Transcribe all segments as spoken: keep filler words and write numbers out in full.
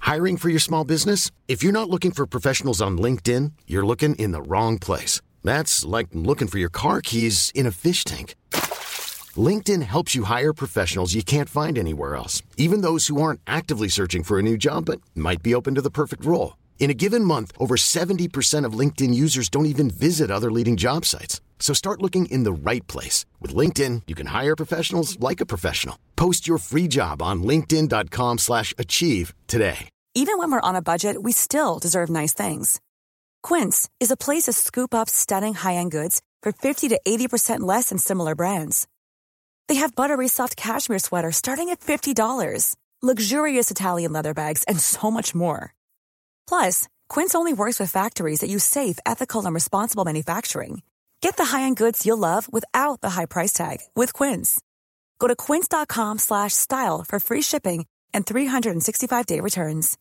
Hiring for your small business? If you're not looking for professionals on LinkedIn, you're looking in the wrong place. That's like looking for your car keys in a fish tank. LinkedIn helps you hire professionals you can't find anywhere else, even those who aren't actively searching for a new job but might be open to the perfect role. In a given month, over seventy percent of LinkedIn users don't even visit other leading job sites. So start looking in the right place. With LinkedIn, you can hire professionals like a professional. Post your free job on linkedin.com slash achieve today. Even when we're on a budget, we still deserve nice things. Quince is a place to scoop up stunning high-end goods for fifty to eighty percent less than similar brands. They have buttery soft cashmere sweaters starting at fifty dollars, luxurious Italian leather bags, and so much more. Plus, Quince only works with factories that use safe, ethical, and responsible manufacturing. Get the high-end goods you'll love without the high price tag with Quince. Go to quince.com slash style for free shipping and three sixty-five day returns.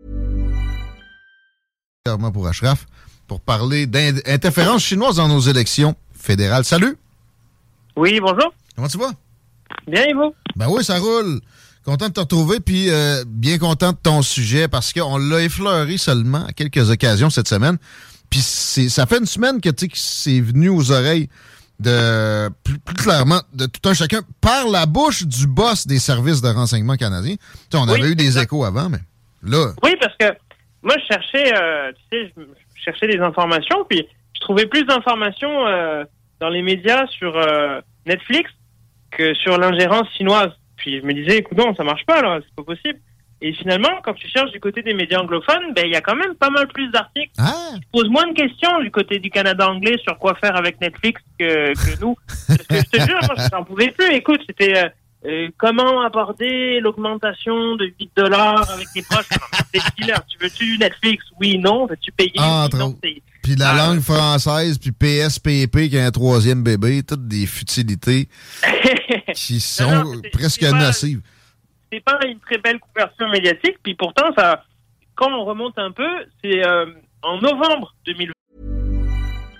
Pour Ashraf, pour parler d'interférences chinoises dans nos élections fédérales. Salut! Oui, bonjour. Comment tu vas? Bien, et vous? Ben oui, ça roule. Content de te retrouver, puis euh, bien content de ton sujet, parce qu'on l'a effleuré seulement à quelques occasions cette semaine. Puis c'est, ça fait une semaine que, tu sais, que c'est venu aux oreilles de plus, plus clairement de tout un chacun par la bouche du boss des services de renseignement canadiens. Tu sais, on oui, avait eu des échos avant, mais là... Oui, parce que moi, je cherchais, euh, tu sais, je cherchais des informations, puis je trouvais plus d'informations euh, dans les médias sur euh, Netflix que sur l'ingérence chinoise. Puis je me disais, écoute, non, ça marche pas, là, c'est pas possible. Et finalement, quand tu cherches du côté des médias anglophones, ben il y a quand même pas mal plus d'articles. Ah. Qui posent moins de questions du côté du Canada anglais sur quoi faire avec Netflix que, que nous. Parce que je te jure, moi, j'en pouvais plus. Écoute, c'était euh, euh, comment aborder l'augmentation de huit dollars avec les proches. C'est killer. Tu veux-tu Netflix? Oui, non. Veux-tu payer? Ah, oui, non. Puis la ah, langue française, puis P S P P qui a un troisième bébé, toutes des futilités qui sont non, non, c'est, presque c'est pas, nocives. C'est pas une très belle couverture médiatique, puis pourtant, ça, quand on remonte un peu, c'est euh, en novembre deux mille vingt.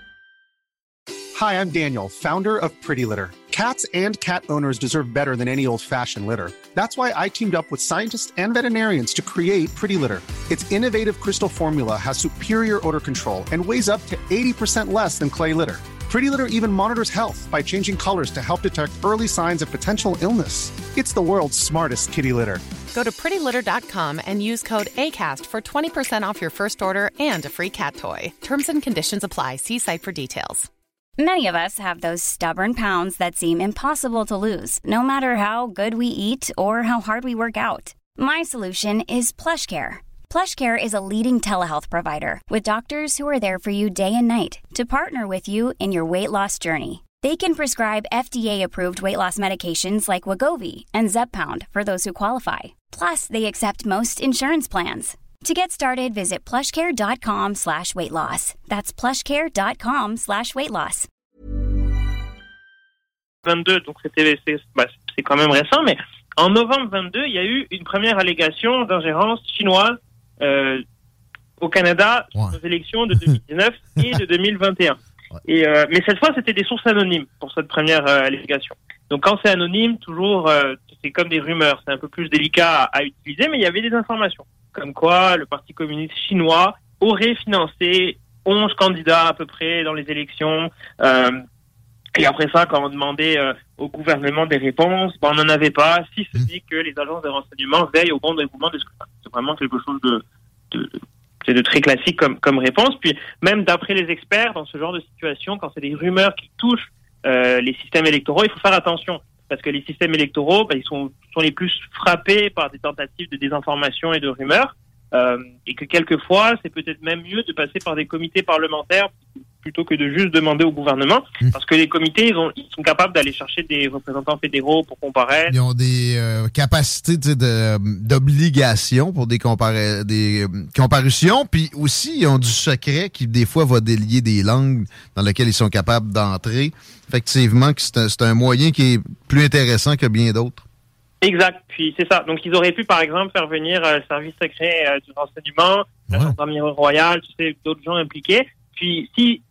Hi, I'm Daniel, founder of Pretty Litter. Cats and cat owners deserve better than any old-fashioned litter. That's why I teamed up with scientists and veterinarians to create Pretty Litter. Its innovative crystal formula has superior odor control and weighs up to eighty percent less than clay litter. Pretty Litter even monitors health by changing colors to help detect early signs of potential illness. It's the world's smartest kitty litter. Go to pretty litter dot com and use code ACAST for twenty percent off your first order and a free cat toy. Terms and conditions apply. See site for details. Many of us have those stubborn pounds that seem impossible to lose, no matter how good we eat or how hard we work out. My solution is PlushCare. PlushCare is a leading telehealth provider with doctors who are there for you day and night to partner with you in your weight loss journey. They can prescribe F D A-approved weight loss medications like Wegovy and Zepbound for those who qualify. Plus, they accept most insurance plans. To get started, visit plushcare.com slash weight loss. That's plushcare.com slash weight loss. vingt-deux, donc c'était, c'est, bah, c'est quand même récent, mais en novembre vingt-deux, il y a eu une première allégation d'ingérence chinoise euh, au Canada ouais. sur les élections de deux mille dix-neuf et de deux mille vingt et un. Ouais. Et, euh, mais cette fois, c'était des sources anonymes pour cette première euh, allégation. Donc quand c'est anonyme, toujours, euh, c'est comme des rumeurs, c'est un peu plus délicat à, à utiliser, mais il y avait des informations. Comme quoi, le Parti communiste chinois aurait financé onze candidats à peu près dans les élections. Euh, et après ça, quand on demandait euh, au gouvernement des réponses, ben, on n'en avait pas, si ce n'est que les agences de renseignement veillent au bon déroulement des scrutins. C'est vraiment quelque chose de, de, de, c'est de très classique comme, comme réponse. Puis même d'après les experts, dans ce genre de situation, quand c'est des rumeurs qui touchent euh, les systèmes électoraux, il faut faire attention. Parce que les systèmes électoraux, ben, ils sont, sont les plus frappés par des tentatives de désinformation et de rumeurs, euh, et que quelquefois, c'est peut-être même mieux de passer par des comités parlementaires plutôt que de juste demander au gouvernement, mmh. parce que les comités, ils, ont, ils sont capables d'aller chercher des représentants fédéraux pour comparaître. Ils ont des euh, capacités de, d'obligation pour des, compara- des euh, comparutions, puis aussi, ils ont du secret qui, des fois, va délier des langues dans lesquelles ils sont capables d'entrer. Effectivement, que c'est un, c'est un moyen qui est plus intéressant que bien d'autres. Exact. Puis c'est ça. Donc ils auraient pu, par exemple, faire venir euh, le service secret euh, du renseignement, ouais. la gendarmerie royale, tu sais, d'autres gens impliqués. Puis si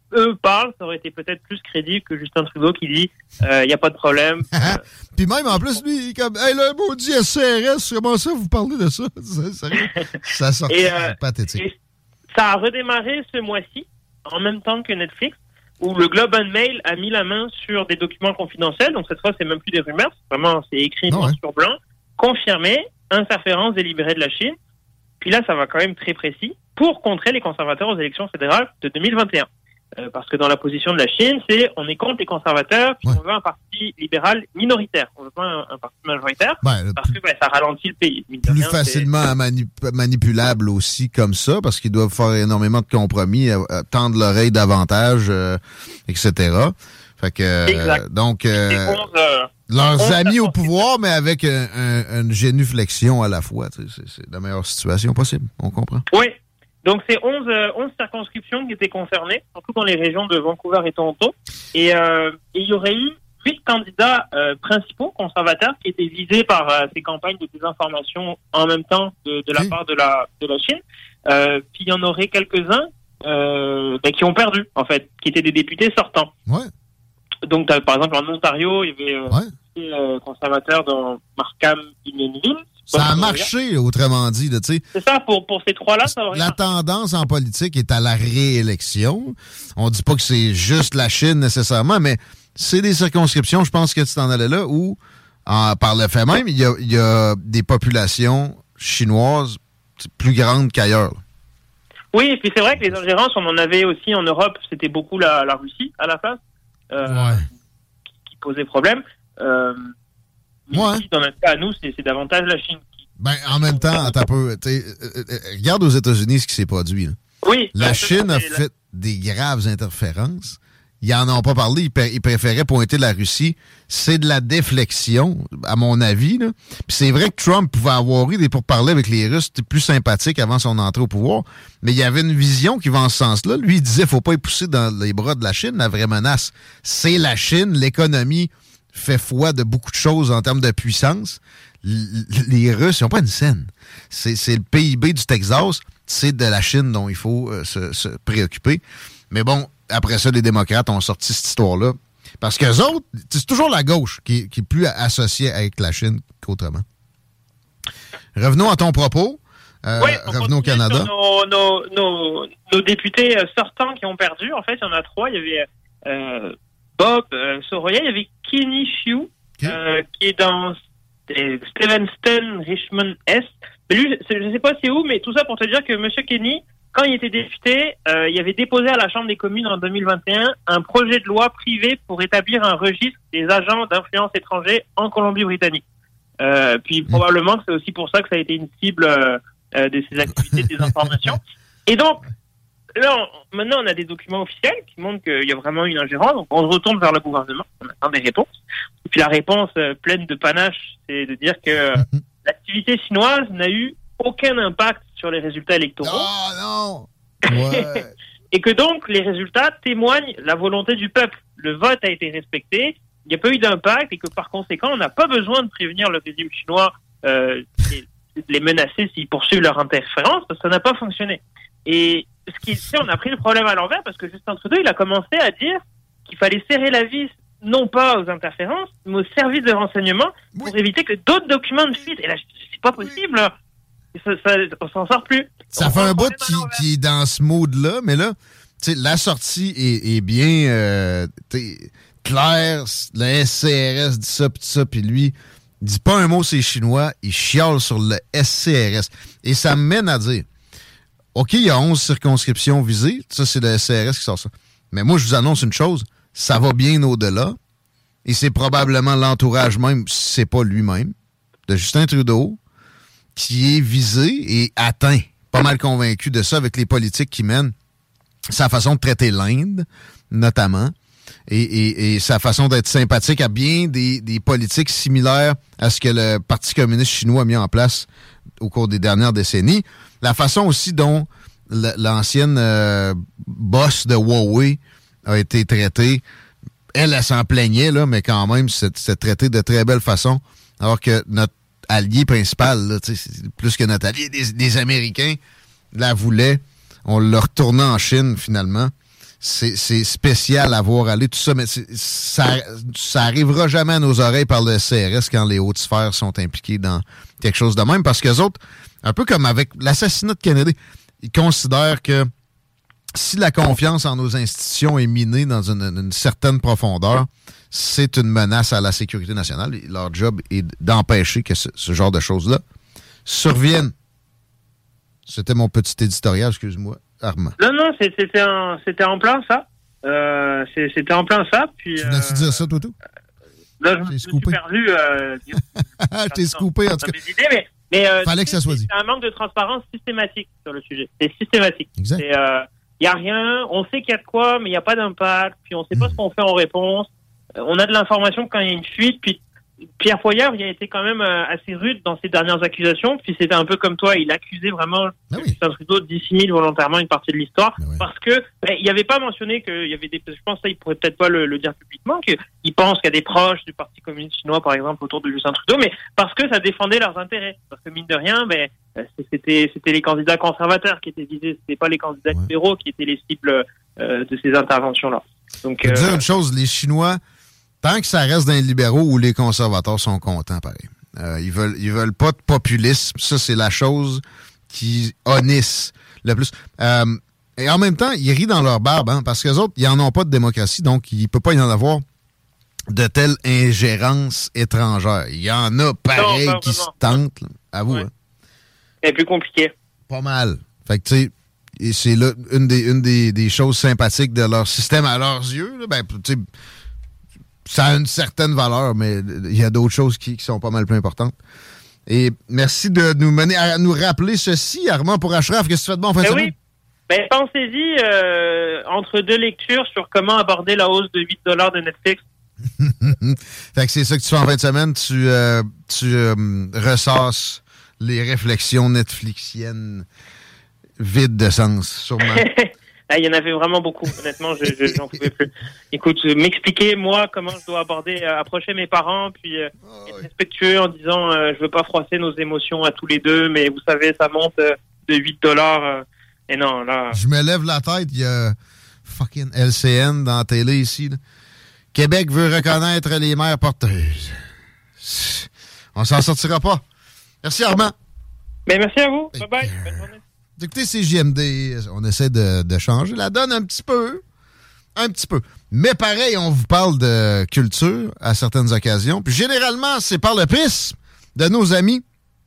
eux parlent, ça aurait été peut-être plus crédible que Justin Trudeau qui dit il euh, n'y a pas de problème. euh, Puis même, en plus, lui, il est comme, hey, le maudit S C R S, comment ça, vous parlez de ça? Ça, ça sort euh, pathétique. Et ça a redémarré ce mois-ci, en même temps que Netflix, où le Globe and Mail a mis la main sur des documents confidentiels. Donc cette fois, c'est même plus des rumeurs, c'est vraiment, c'est écrit noir sur blanc, confirmé, interférence délibérée de la Chine. Puis là, ça va quand même très précis, pour contrer les conservateurs aux élections fédérales de deux mille vingt et un. Euh, parce que dans la position de la Chine, c'est on est contre les conservateurs, puis ouais. on veut un parti libéral minoritaire. On veut pas un, un parti majoritaire, ben, parce que ben, ça ralentit le pays. Plus rien, facilement manip- manipulable aussi comme ça, parce qu'ils doivent faire énormément de compromis, euh, tendre l'oreille davantage, euh, et cetera. Fait que euh, donc euh, onze, euh, leurs onze, amis au pouvoir, mais avec un, un, une génuflexion à la fois. C'est, c'est la meilleure situation possible. On comprend. Oui. Donc, c'est onze, euh, onze circonscriptions qui étaient concernées, surtout dans les régions de Vancouver et Toronto. Et euh, il y aurait eu huit candidats euh, principaux conservateurs qui étaient visés par euh, ces campagnes de désinformation en même temps de, de la oui. part de la, de la Chine. Euh, puis il y en aurait quelques-uns euh, ben, qui ont perdu, en fait, qui étaient des députés sortants. Ouais. Donc, par exemple, en Ontario, il y avait euh, ouais. des euh, conservateurs dans Markham-Unionville. Ça a marché, autrement dit. Là, c'est ça, pour, pour ces trois-là, ça aurait La marché. Tendance en politique est à la réélection. On dit pas que c'est juste la Chine nécessairement, mais c'est des circonscriptions, je pense que tu t'en allais là, où, en, par le fait même, il y a, il y a des populations chinoises plus grandes qu'ailleurs. Là. Oui, et puis c'est vrai que les ingérences, on en avait aussi en Europe, c'était beaucoup la, la Russie à la place, euh, ouais. qui, qui posait problème. Euh, Mais ouais. ici, dans notre cas, à nous, c'est, c'est davantage la Chine. Qui... Ben, en même temps, attends un peu. Euh, euh, regarde aux États-Unis ce qui s'est produit. Là. Oui. La Chine a fait la... des graves interférences. Ils n'en ont pas parlé. Ils, pr- ils préféraient pointer la Russie. C'est de la déflexion, à mon avis. Là. Puis c'est vrai que Trump pouvait avoir eu des pourparlers avec les Russes plus sympathiques avant son entrée au pouvoir. Mais il y avait une vision qui va en ce sens-là. Lui, il disait qu'il ne faut pas y pousser dans les bras de la Chine. La vraie menace, c'est la Chine, l'économie fait foi de beaucoup de choses en termes de puissance. L- les Russes, ils n'ont pas une scène. C'est, c'est le P I B du Texas. C'est de la Chine dont il faut euh, se, se préoccuper. Mais bon, après ça, les démocrates ont sorti cette histoire-là. Parce qu'eux autres, c'est toujours la gauche qui, qui est plus associée avec la Chine qu'autrement. Revenons à ton propos. Euh, oui, revenons au Canada. Nos, nos, nos, nos députés sortants qui ont perdu, en fait, il y en a trois. Il y avait euh, Bob euh, Soroya, il y avait Kenny Chiu, okay. euh, qui est dans euh, Stevenston, Richmond Est. Mais lui, je ne sais pas c'est où, mais tout ça pour te dire que M. Kenny, quand il était député, euh, il avait déposé à la Chambre des communes en deux mille vingt et un un projet de loi privé pour établir un registre des agents d'influence étrangers en Colombie-Britannique. Euh, puis mmh. probablement que c'est aussi pour ça que ça a été une cible euh, euh, de ces activités de désinformation. Et donc, là, on, maintenant, on a des documents officiels qui montrent qu'il y a vraiment une ingérence. Donc, on se retourne vers le gouvernement, on attend des réponses. Et puis la réponse euh, pleine de panache, c'est de dire que euh, l'activité chinoise n'a eu aucun impact sur les résultats électoraux. Oh non! Ouais. Et que donc, les résultats témoignent la volonté du peuple. Le vote a été respecté, il n'y a pas eu d'impact, et que par conséquent, on n'a pas besoin de prévenir le régime chinois, euh, et de les menacer s'ils poursuivent leur interférence, parce que ça n'a pas fonctionné. Et ce qui est, on a pris le problème à l'envers, parce que Justin Trudeau, il a commencé à dire qu'il fallait serrer la vis, non pas aux interférences, mais aux services de renseignement, pour oui. éviter que d'autres documents ne fuitent. Et là, c'est pas possible. Ça, ça, on s'en sort plus. Ça on fait un bout qui, qui est dans ce mood-là, mais là, tu sais, la sortie est, est bien euh, claire. Le S C R S dit ça, puis ça, puis lui, il dit pas un mot, c'est chinois. Il chiale sur le S C R S. Et ça me mène à dire, OK, il y a onze circonscriptions visées. Ça, c'est le S C R S qui sort ça. Mais moi, je vous annonce une chose. Ça va bien au-delà. Et c'est probablement l'entourage même, si c'est pas lui-même, de Justin Trudeau, qui est visé et atteint, pas mal convaincu de ça avec les politiques qu'il mène, sa façon de traiter l'Inde, notamment, et, et, et sa façon d'être sympathique à bien des, des politiques similaires à ce que le Parti communiste chinois a mis en place au cours des dernières décennies. La façon aussi dont l'ancienne euh, boss de Huawei a été traitée, elle, elle s'en plaignait, là, mais quand même, c'est, c'est traité de très belle façon, alors que notre allié principal, là, c'est plus que notre allié, des, des Américains la voulaient. On l'a retourné en Chine, finalement. c'est, c'est spécial à voir aller, tout ça, mais c'est, ça, ça arrivera jamais à nos oreilles par le C R S quand les hautes sphères sont impliquées dans quelque chose de même, parce qu'eux autres, un peu comme avec l'assassinat de Kennedy, ils considèrent que si la confiance en nos institutions est minée dans une, une certaine profondeur, c'est une menace à la sécurité nationale. Et leur job est d'empêcher que ce, ce genre de choses-là surviennent. C'était mon petit éditorial, excuse-moi, Armand. Non, non, c'était, un, c'était en plein ça. Euh, c'était en plein ça. Puis, tu venais-tu euh, dire ça, toi, tout? Là, je me suis perdu. Euh, je t'ai scoopé, en tout cas. Idées, mais, mais, euh, fallait que ça soit dit. C'est un manque de transparence systématique sur le sujet. C'est systématique. Exact. Il euh, n'y a rien, on sait qu'il y a de quoi, mais il n'y a pas d'impact, puis on ne sait pas mmh. ce qu'on fait en réponse. Euh, on a de l'information quand il y a une fuite, puis Pierre Poilievre, il a été quand même euh, assez rude dans ses dernières accusations, puis c'était un peu comme toi, il accusait vraiment ah oui. Justin Trudeau de dissimuler volontairement une partie de l'histoire, ah oui. parce que ben, il n'avait pas mentionné qu'il y avait des... Je pense que ça, il pourrait peut-être pas le, le dire publiquement, qu'il pense qu'il y a des proches du Parti communiste chinois, par exemple, autour de Justin Trudeau, mais parce que ça défendait leurs intérêts. Parce que mine de rien, ben, c'était, c'était les candidats conservateurs qui étaient visés, c'était pas les candidats ouais. libéraux qui étaient les cibles euh, de ces interventions-là. Donc, je veux euh, dire une chose, les Chinois... Tant que ça reste dans les libéraux ou les conservateurs sont contents, pareil. Euh, ils veulent, ils veulent pas de populisme. Ça, c'est la chose qui honnisse le plus. Euh, et en même temps, ils rient dans leur barbe, hein, parce qu'eux autres, ils n'en ont pas de démocratie, donc il ne peut pas y en avoir de telle ingérence étrangère. Il y en a, pareil, non, qui se tentent. Là, à vous. Ouais. Hein. C'est plus compliqué. Pas mal. Fait que, tu sais, et c'est là une des, une des, des choses sympathiques de leur système à leurs yeux. Là, ben, tu sais, ça a une certaine valeur, mais il y a d'autres choses qui, qui sont pas mal plus importantes. Et merci de nous mener à nous rappeler ceci, Armand, pour Ashraf. Qu'est-ce que tu fais de bon en fin de semaine? Oui. Ben, pensez-y euh, entre deux lectures sur comment aborder la hausse de huit dollars de Netflix. Fait que c'est ça que tu fais en fin de semaine. Tu, euh, tu euh, ressasses les réflexions netflixiennes vides de sens, sûrement. Ah, il y en avait vraiment beaucoup, honnêtement, je, je, j'en pouvais plus. Écoute, m'expliquer, moi, comment je dois aborder, euh, approcher mes parents, puis euh, oh, être respectueux en disant euh, je veux pas froisser nos émotions à tous les deux, mais vous savez, ça monte euh, de huit dollars. Euh, et non, là... Je me lève la tête, il y a fucking L C N dans la télé ici. Là. Québec veut reconnaître les mères porteuses. On s'en sortira pas. Merci, Armand. Ben, merci à vous. Bye bye. Bonne journée. Écoutez, C J M D, on essaie de, de changer la donne un petit peu. Un petit peu. Mais pareil, on vous parle de culture à certaines occasions. Puis généralement, c'est par le prisme de nos amis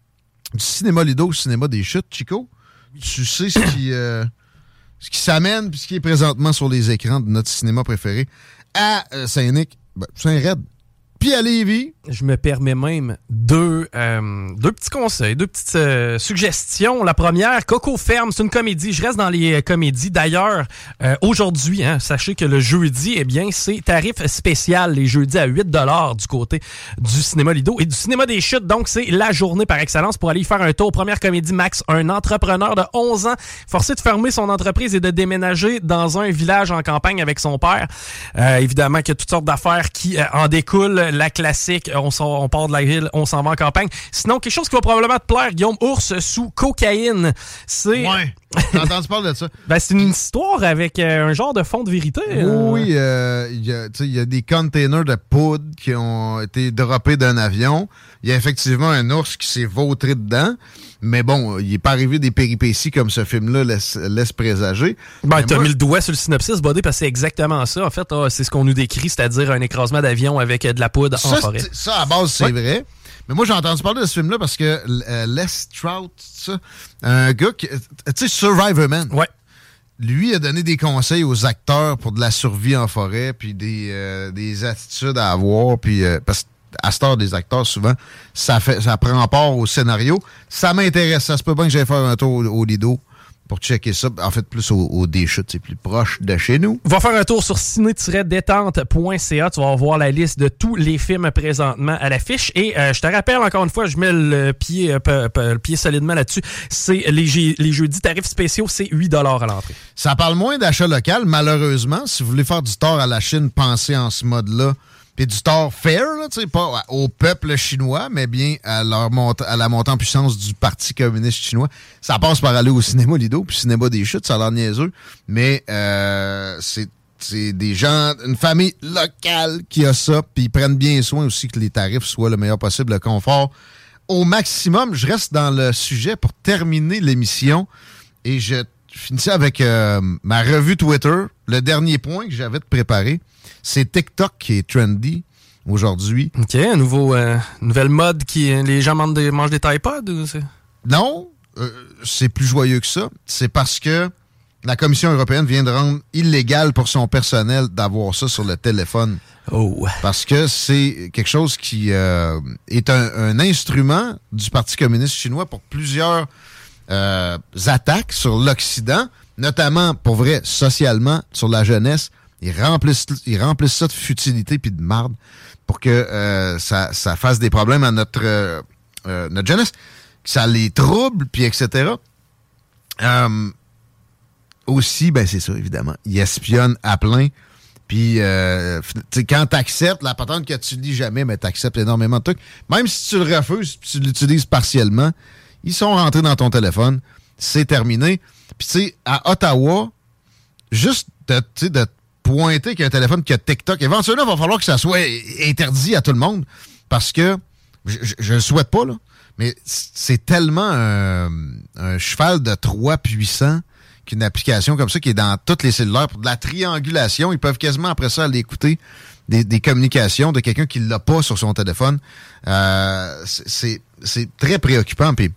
du Cinéma Lido, le Cinéma des Chutes. Chico, tu sais ce qui, euh, ce qui s'amène puis ce qui est présentement sur les écrans de notre cinéma préféré à euh, Saint-Nic, ben, Saint-Raide, puis à Lévis. Je me permets même deux, euh, deux petits conseils, deux petites euh, suggestions. La première, Coco Ferme, c'est une comédie. Je reste dans les euh, comédies. D'ailleurs, euh, aujourd'hui, hein, sachez que le jeudi, eh bien, c'est tarif spécial les jeudis à huit dollars du côté du Cinéma Lido et du Cinéma des Chutes. Donc, c'est la journée par excellence pour aller y faire un tour. Première comédie, Max, un entrepreneur de onze ans, forcé de fermer son entreprise et de déménager dans un village en campagne avec son père. Euh, évidemment qu'il y a toutes sortes d'affaires qui euh, en découlent. La classique, on, on part de la ville, on s'en va en campagne. Sinon, quelque chose qui va probablement te plaire, Guillaume, Ours sous cocaïne. C'est... Ouais, j'ai entendu parler de ça. Ben, c'est une histoire avec euh, un genre de fond de vérité. Oui, euh, il y, y a des containers de poudre qui ont été droppés d'un avion. Il y a effectivement un ours qui s'est vautré dedans. Mais bon, il n'est pas arrivé des péripéties comme ce film-là laisse, laisse présager. Ben, t'as moi, mis le doigt sur le synopsis, Bodé, parce que c'est exactement ça. En fait, ah, c'est ce qu'on nous décrit, c'est-à-dire un écrasement d'avion avec de la poudre ça, en forêt. Ça, à base, c'est ouais. vrai. Mais moi, j'ai entendu parler de ce film-là parce que euh, Les Stroud, ça, un gars qui... Tu sais, Survivor Man. Ouais. Lui a donné des conseils aux acteurs pour de la survie en forêt, puis des, euh, des attitudes à avoir, puis... Euh, parce que à cette heure des acteurs, souvent, ça fait ça prend part au scénario. Ça m'intéresse. Ça se peut bien que j'aille faire un tour au, au Lido pour checker ça. En fait, plus au, au Deschutes, c'est plus proche de chez nous. Va faire un tour sur ciné tiret détente point c a. Tu vas voir la liste de tous les films présentement à l'affiche. Et euh, je te rappelle, encore une fois, je mets le pied, euh, p- p- le pied solidement là-dessus. C'est les, les jeudis tarifs spéciaux, c'est huit dollars à l'entrée. Ça parle moins d'achat local. Malheureusement, si vous voulez faire du tort à la Chine, pensez en ce mode-là. puis du tort fair, là, pas au peuple chinois, mais bien à, leur mont- à la montée en puissance du Parti communiste chinois. Ça passe par aller au cinéma Lido, puis cinéma des chutes, ça a l'air niaiseux, mais euh, c'est, c'est des gens, une famille locale qui a ça, puis ils prennent bien soin aussi que les tarifs soient le meilleur possible, le confort au maximum. Je reste dans le sujet pour terminer l'émission, et je finissais avec euh, ma revue Twitter. Le dernier point que j'avais de préparer, c'est TikTok qui est trendy aujourd'hui. OK, un nouveau, euh, nouvelle mode qui les gens mangent des, mangent des Tide-Pods ou c'est... Non, euh, c'est plus joyeux que ça. C'est parce que la Commission européenne vient de rendre illégal pour son personnel d'avoir ça sur le téléphone. Oh. Parce que c'est quelque chose qui euh, est un, un instrument du Parti communiste chinois pour plusieurs euh, attaques sur l'Occident, notamment, pour vrai, socialement, sur la jeunesse. Ils remplissent, ils remplissent ça de futilité puis de marde pour que euh, ça, ça fasse des problèmes à notre, euh, euh, notre jeunesse, que ça les trouble, puis et cetera. Euh, aussi, ben c'est ça, évidemment. Ils espionnent à plein. Puis, euh, quand t'acceptes, la patente que tu lis jamais, mais t'acceptes énormément de trucs. Même si tu le refuses, puis tu l'utilises partiellement, ils sont rentrés dans ton téléphone. C'est terminé. Puis, tu sais, à Ottawa, juste de, de pointer qu'il y a un téléphone qui a TikTok, éventuellement, il va falloir que ça soit interdit à tout le monde. Parce que, je ne le souhaite pas, là, mais c'est tellement un, un cheval de Troie puissant qu'une application comme ça qui est dans toutes les cellulaires pour de la triangulation. Ils peuvent quasiment, après ça, aller écouter des, des communications de quelqu'un qui ne l'a pas sur son téléphone. Euh, c'est, c'est très préoccupant. Puis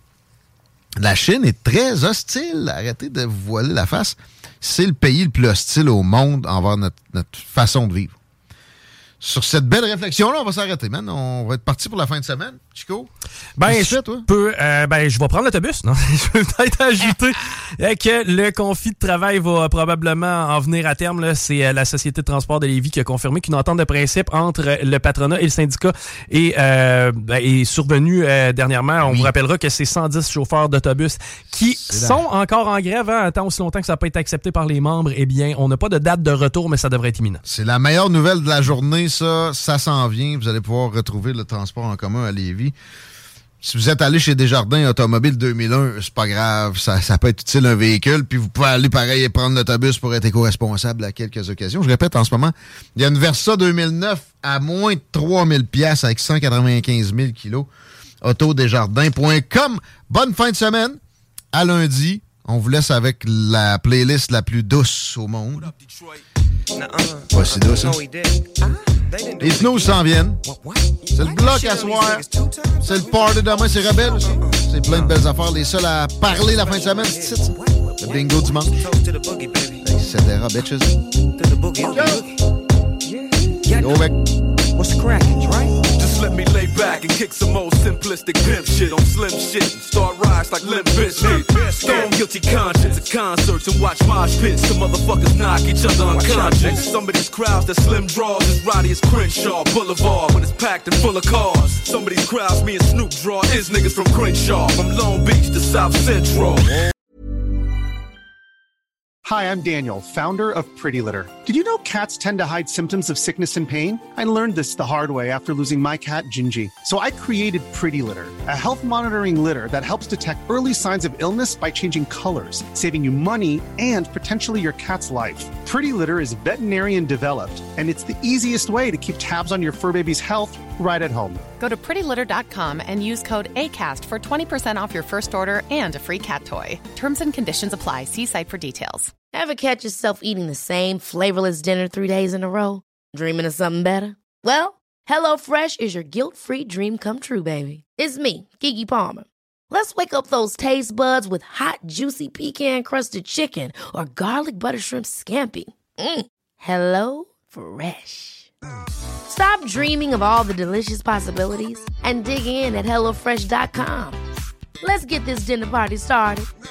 la Chine est très hostile. Arrêtez de vous voiler la face. C'est le pays le plus hostile au monde envers notre, notre façon de vivre. Sur cette belle réflexion-là, on va s'arrêter, man. On va être parti pour la fin de semaine. Chico? Ben, je peux, euh, ben, je vais prendre l'autobus, non? Je peux peut-être ajouter que le conflit de travail va probablement en venir à terme, là. C'est la Société de transport de Lévis qui a confirmé qu'une entente de principe entre le patronat et le syndicat est, euh, ben, est survenue euh, dernièrement. On oui. vous rappellera que c'est cent dix chauffeurs d'autobus qui c'est sont là. encore en grève, hein, tant aussi longtemps que ça n'a pas été accepté par les membres. Eh bien, on n'a pas de date de retour, mais ça devrait être imminent. C'est la meilleure nouvelle de la journée, ça. Ça s'en vient. Vous allez pouvoir retrouver le transport en commun à Lévis. Si vous êtes allé chez Desjardins Automobile deux mille un, c'est pas grave, ça, ça peut être utile un véhicule, puis vous pouvez aller pareil et prendre l'autobus pour être éco-responsable à quelques occasions. Je répète, en ce moment, il y a une Versa deux mille neuf à moins de trois mille dollars avec cent quatre-vingt-quinze mille kilos. auto desjardins point com. Bonne fin de semaine. À lundi, on vous laisse avec la playlist la plus douce au monde. Pas si douce, hein? Les snooze s'en viennent. C'est le bloc à soir. C'est le party demain. C'est rebelle aussi. C'est plein de belles affaires. Les seuls à parler la fin de semaine, c'est le bingo dimanche. Et cetera, bitches. Go back. What's the crackin', right? Just let me lay back and kick some old simplistic pimp shit on slim shit and start rise like Limp Bizkit. Stone guilty conscience at concerts and watch mosh pits. Some motherfuckers knock each other unconscious. Some of these crowds that slim draws as rowdy as Crenshaw Boulevard when it's packed and full of cars. Some of these crowds me and Snoop draw is niggas from Crenshaw, from Long Beach to South Central. Hi, I'm Daniel, founder of Pretty Litter. Did you know cats tend to hide symptoms of sickness and pain? I learned this the hard way after losing my cat, Gingy. So I created Pretty Litter, a health monitoring litter that helps detect early signs of illness by changing colors, saving you money and potentially your cat's life. Pretty Litter is veterinarian developed, and it's the easiest way to keep tabs on your fur baby's health right at home. Go to pretty litter dot com and use code ACAST for twenty percent off your first order and a free cat toy. Terms and conditions apply. See site for details. Ever catch yourself eating the same flavorless dinner three days in a row? Dreaming of something better? Well, HelloFresh is your guilt-free dream come true, baby. It's me, Keke Palmer. Let's wake up those taste buds with hot, juicy pecan-crusted chicken or garlic butter shrimp scampi. Mm. Hello Fresh. Stop dreaming of all the delicious possibilities and dig in at hello fresh dot com. Let's get this dinner party started.